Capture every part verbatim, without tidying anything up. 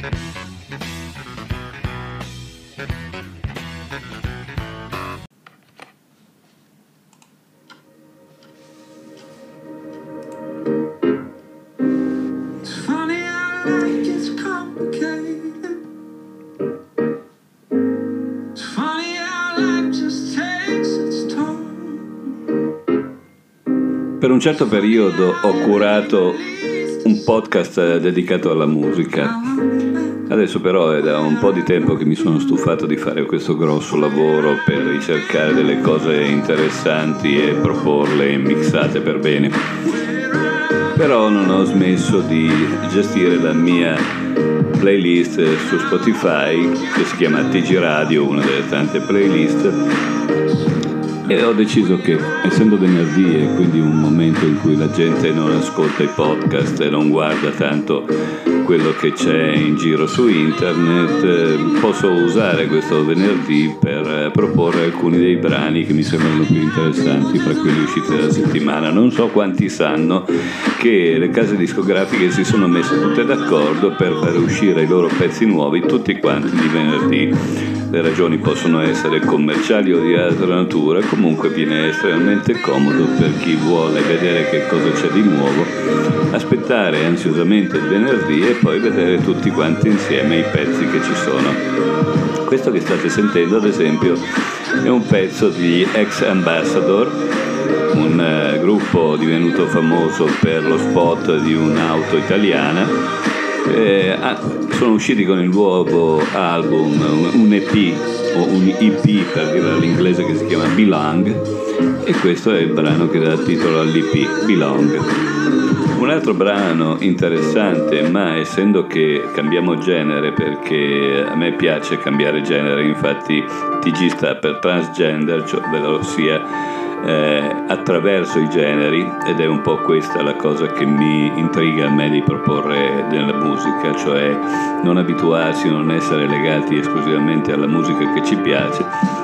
Per un certo periodo ho curato un podcast dedicato alla musica. Adesso però è da un po' di tempo che mi sono stufato di fare questo grosso lavoro per ricercare delle cose interessanti e proporle mixate per bene. Però non ho smesso di gestire la mia playlist su Spotify, che si chiama T G Radio, una delle tante playlist, e ho deciso che, essendo venerdì e quindi un momento in cui la gente non ascolta i podcast e non guarda tanto quello che c'è in giro su internet, posso usare questo venerdì per proporre alcuni dei brani che mi sembrano più interessanti fra quelli usciti della settimana. Non so quanti sanno che le case discografiche si sono messe tutte d'accordo per fare uscire i loro pezzi nuovi tutti quanti di venerdì. Le ragioni possono essere commerciali o di altra natura, comunque viene estremamente comodo per chi vuole vedere che cosa c'è di nuovo, aspettare ansiosamente il venerdì e poi vedere tutti quanti insieme i pezzi che ci sono. Questo che state sentendo, ad esempio, è un pezzo di Ex Ambassador, un uh, gruppo divenuto famoso per lo spot di un'auto italiana. Eh, ah, sono usciti con il nuovo album, un, un E P o un E P per dire all'inglese, che si chiama Belong, e questo è il brano che dà titolo all'E P, Belong. Un altro brano interessante, ma essendo che cambiamo genere, perché a me piace cambiare genere, infatti T G sta per transgender, cioè ossia Eh, attraverso i generi, ed è un po' questa la cosa che mi intriga a me di proporre nella musica, cioè non abituarsi, non essere legati esclusivamente alla musica che ci piace,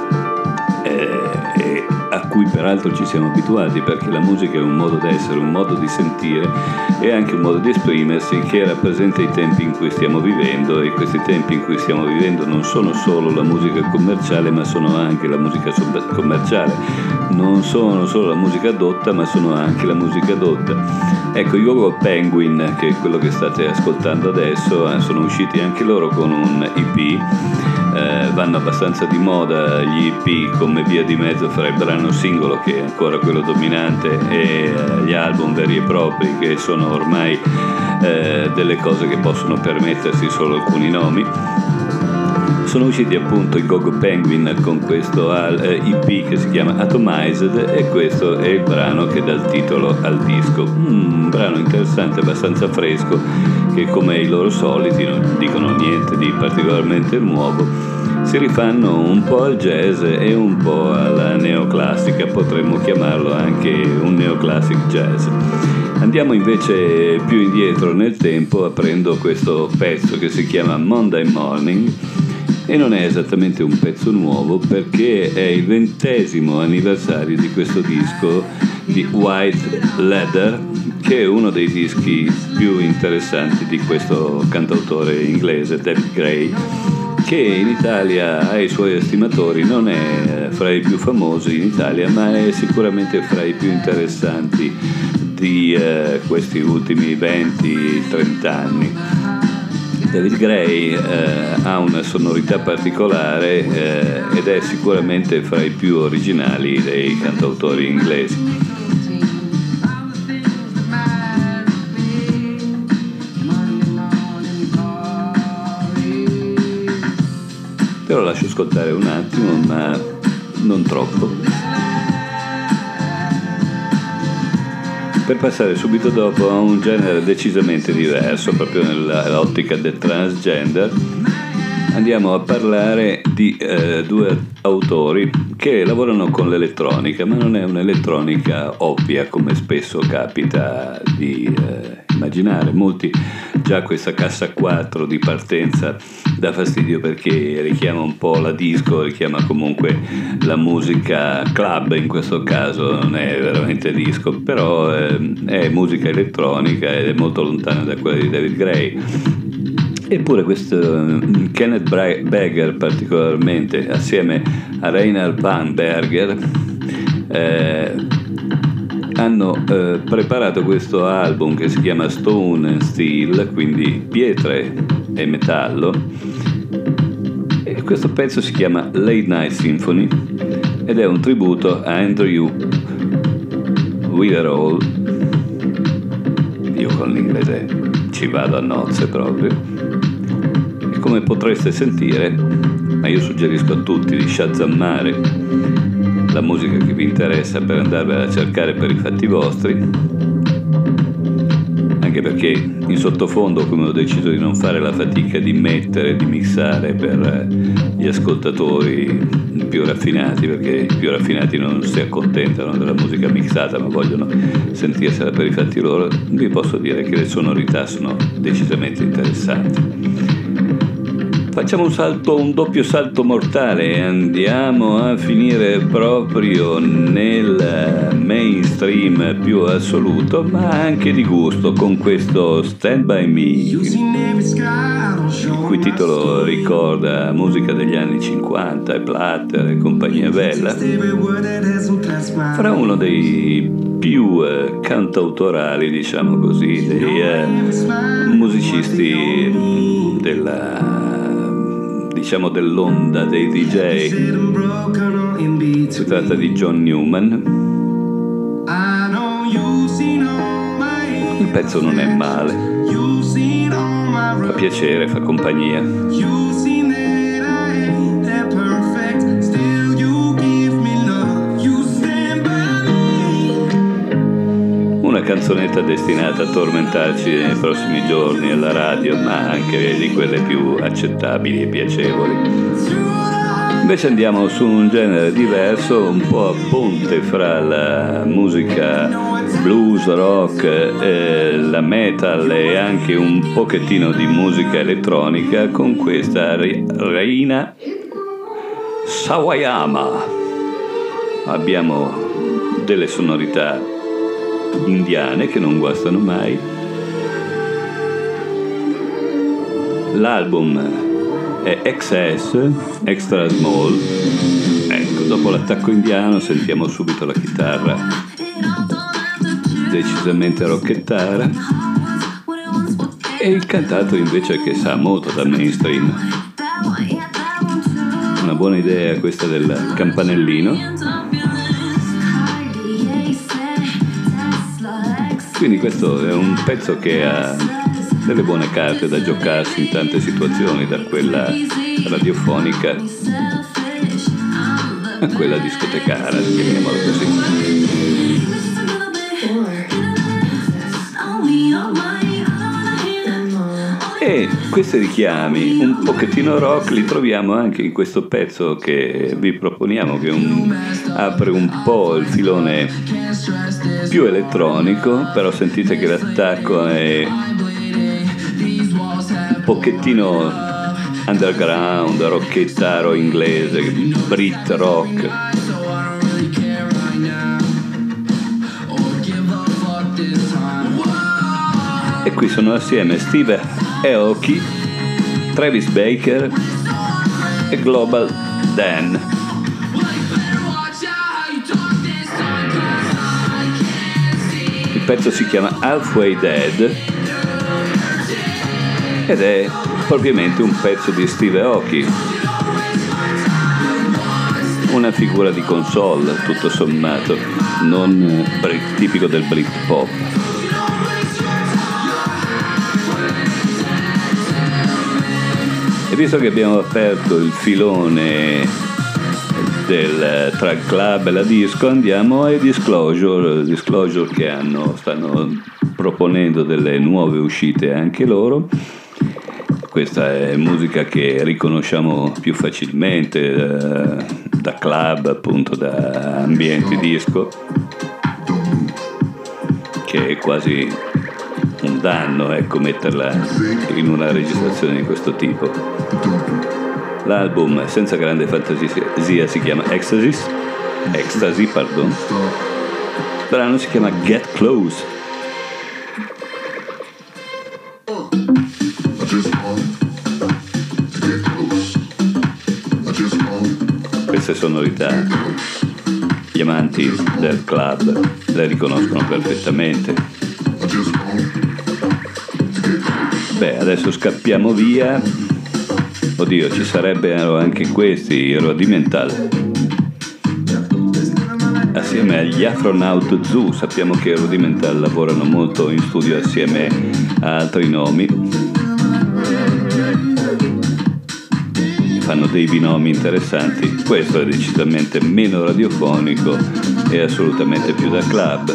eh, e a cui peraltro ci siamo abituati, perché la musica è un modo d'essere, un modo di sentire e anche un modo di esprimersi che rappresenta i tempi in cui stiamo vivendo, e questi tempi in cui stiamo vivendo non sono solo la musica commerciale, ma sono anche la musica commerciale, non sono solo la musica dotta, ma sono anche la musica dotta. Ecco, i Go-Go Penguin, che è quello che state ascoltando adesso, sono usciti anche loro con un E P. Eh, vanno abbastanza di moda gli E P come via di mezzo fra il brano singolo, che è ancora quello dominante, e eh, gli album veri e propri, che sono ormai eh, delle cose che possono permettersi solo alcuni nomi. Sono usciti appunto i Go-Go Penguin con questo E P che si chiama Atomized, e questo è il brano che dà il titolo al disco. Un brano interessante, abbastanza fresco, che come i loro soliti non dicono niente di particolarmente nuovo, si rifanno un po' al jazz e un po' alla neoclassica, potremmo chiamarlo anche un neoclassic jazz. Andiamo invece più indietro nel tempo, aprendo questo pezzo che si chiama Monday Morning, e non è esattamente un pezzo nuovo, perché è il ventesimo anniversario di questo disco di White Leather, che è uno dei dischi più interessanti di questo cantautore inglese, David Gray, che in Italia ha i suoi estimatori, non è fra i più famosi in Italia, ma è sicuramente fra i più interessanti di eh, questi ultimi venti trenta anni. David Gray eh, ha una sonorità particolare eh, ed è sicuramente fra i più originali dei cantautori inglesi. Te lo lascio ascoltare un attimo, ma non troppo, per passare subito dopo a un genere decisamente diverso, proprio nell'ottica del transgender. Andiamo a parlare di eh, due autori che lavorano con l'elettronica, ma non è un'elettronica ovvia come spesso capita di eh, immaginare. Molti già questa cassa quattro di partenza dà fastidio, perché richiama un po' la disco, richiama comunque la musica club, in questo caso non è veramente disco, però eh, è musica elettronica ed è molto lontana da quella di David Gray. Eppure questo Kenneth Berger particolarmente, assieme a Reinhard Bamberger, eh, hanno eh, preparato questo album che si chiama Stone and Steel, quindi pietre e metallo, e questo pezzo si chiama Late Night Symphony ed è un tributo a Andrew Witherall. Io con l'inglese ci vado a nozze proprio, e come potreste sentire, ma io suggerisco a tutti di shazammare la musica che vi interessa per andarvela a cercare per i fatti vostri, anche perché in sottofondo, come ho deciso di non fare la fatica di mettere, di mixare per gli ascoltatori più raffinati, perché i più raffinati non si accontentano della musica mixata ma vogliono sentirsela per i fatti loro, vi posso dire che le sonorità sono decisamente interessanti. Facciamo un salto, un doppio salto mortale e andiamo a finire proprio nel mainstream più assoluto, ma anche di gusto, con questo Stand By Me, il cui titolo ricorda musica degli anni cinquanta e Platter e compagnia bella, fra uno dei più eh, cantautorali, diciamo così, dei eh, musicisti della diciamo dell'onda dei D J. Si tratta di John Newman. Il pezzo non è male, fa piacere, fa compagnia. Una canzonetta destinata a tormentarci nei prossimi giorni alla radio, ma anche di quelle più accettabili e piacevoli. Invece andiamo su un genere diverso, un po' a ponte fra la musica blues, rock, eh, la metal e anche un pochettino di musica elettronica, con questa Reina Sawayama. Abbiamo delle sonorità indiane che non guastano mai. L'album è X S, Extra Small. Ecco, dopo l'attacco indiano sentiamo subito la chitarra decisamente rockettara e il cantato invece che sa molto da mainstream. Una buona idea questa del campanellino. Quindi questo è un pezzo che ha delle buone carte da giocarsi in tante situazioni, da quella radiofonica a quella discotecara, chiamiamola così. E questi richiami un pochettino rock li troviamo anche in questo pezzo che vi proponiamo, che un, apre un po' il filone più elettronico, però sentite che l'attacco è un pochettino underground, rockettaro inglese, Brit rock. E qui sono assieme Steve Aoki, Travis Baker e Global Dan. Il pezzo si chiama Halfway Dead ed è propriamente un pezzo di Steve Aoki, una figura di console tutto sommato, non tipico del Britpop. E visto che abbiamo aperto il filone del track club e la disco, andiamo ai Disclosure, Disclosure che hanno, stanno proponendo delle nuove uscite anche loro. Questa è musica che riconosciamo più facilmente da, da club, appunto da ambienti disco, che è quasi un danno, ecco, metterla in una registrazione di questo tipo. L'album, senza grande fantasia, si chiama Ecstasy, Ecstasy, pardon. Il brano si chiama Get Close. Just queste sonorità gli amanti del club le riconoscono perfettamente. Beh, adesso scappiamo via. Oddio, ci sarebbero anche questi, i Rudimental, assieme agli Afronaut Zoo. Sappiamo che i Rudimental lavorano molto in studio assieme a altri nomi, fanno dei binomi interessanti. Questo è decisamente meno radiofonico e assolutamente più da club.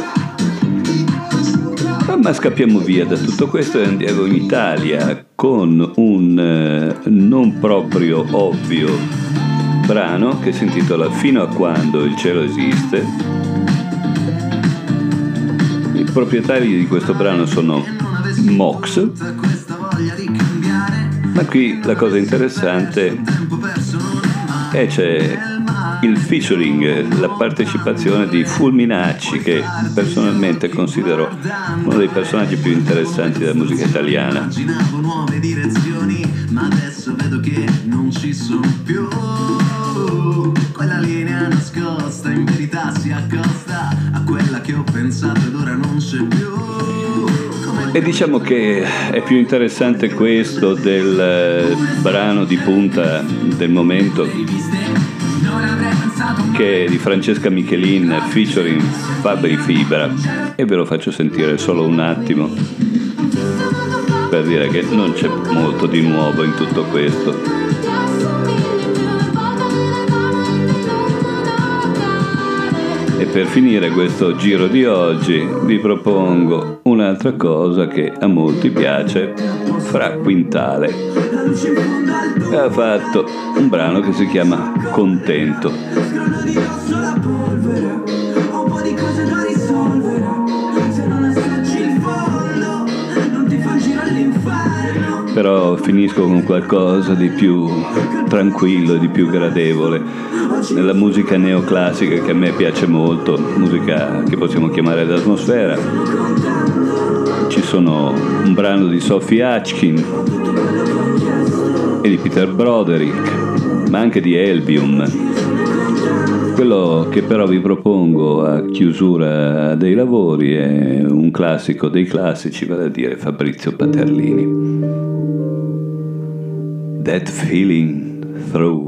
Ma scappiamo via da tutto questo e andiamo in Italia con un eh, non proprio ovvio brano che si intitola Fino a quando il cielo esiste. I proprietari di questo brano sono Mox, ma qui la cosa interessante è c'è il featuring, la partecipazione di Fulminacci, che personalmente considero uno dei personaggi più interessanti della musica italiana. Immaginavo nuove direzioni, ma adesso vedo che non ci sono più. Quella linea nascosta in verità si accosta a quella che ho pensato ed ora non c'è più. E diciamo che è più interessante questo del eh, brano di punta del momento, che è di Francesca Michelin featuring Fabri Fibra, e ve lo faccio sentire solo un attimo per dire che non c'è molto di nuovo in tutto questo. E per finire questo giro di oggi vi propongo un'altra cosa che a molti piace, Fra Quintale. E ha fatto un brano che si chiama Contento. Però finisco con qualcosa di più tranquillo, di più gradevole. Nella musica neoclassica, che a me piace molto, musica che possiamo chiamare d'atmosfera, ci sono un brano di Sophie Hutchkin e di Peter Broderick, ma anche di Elbium. Quello che però vi propongo a chiusura dei lavori è un classico dei classici, vale a dire Fabrizio Paterlini. That Feeling Through.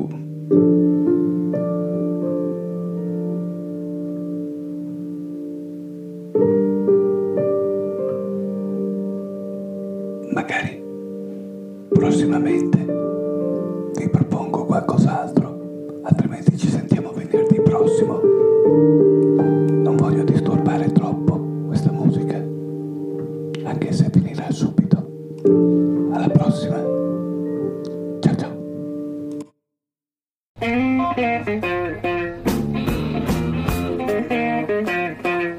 Magari prossimamente vi propongo qualcos'altro, altrimenti ci sentiamo venerdì prossimo. Non voglio disturbare troppo questa musica, anche se finirà subito. Alla prossima. Ciao ciao.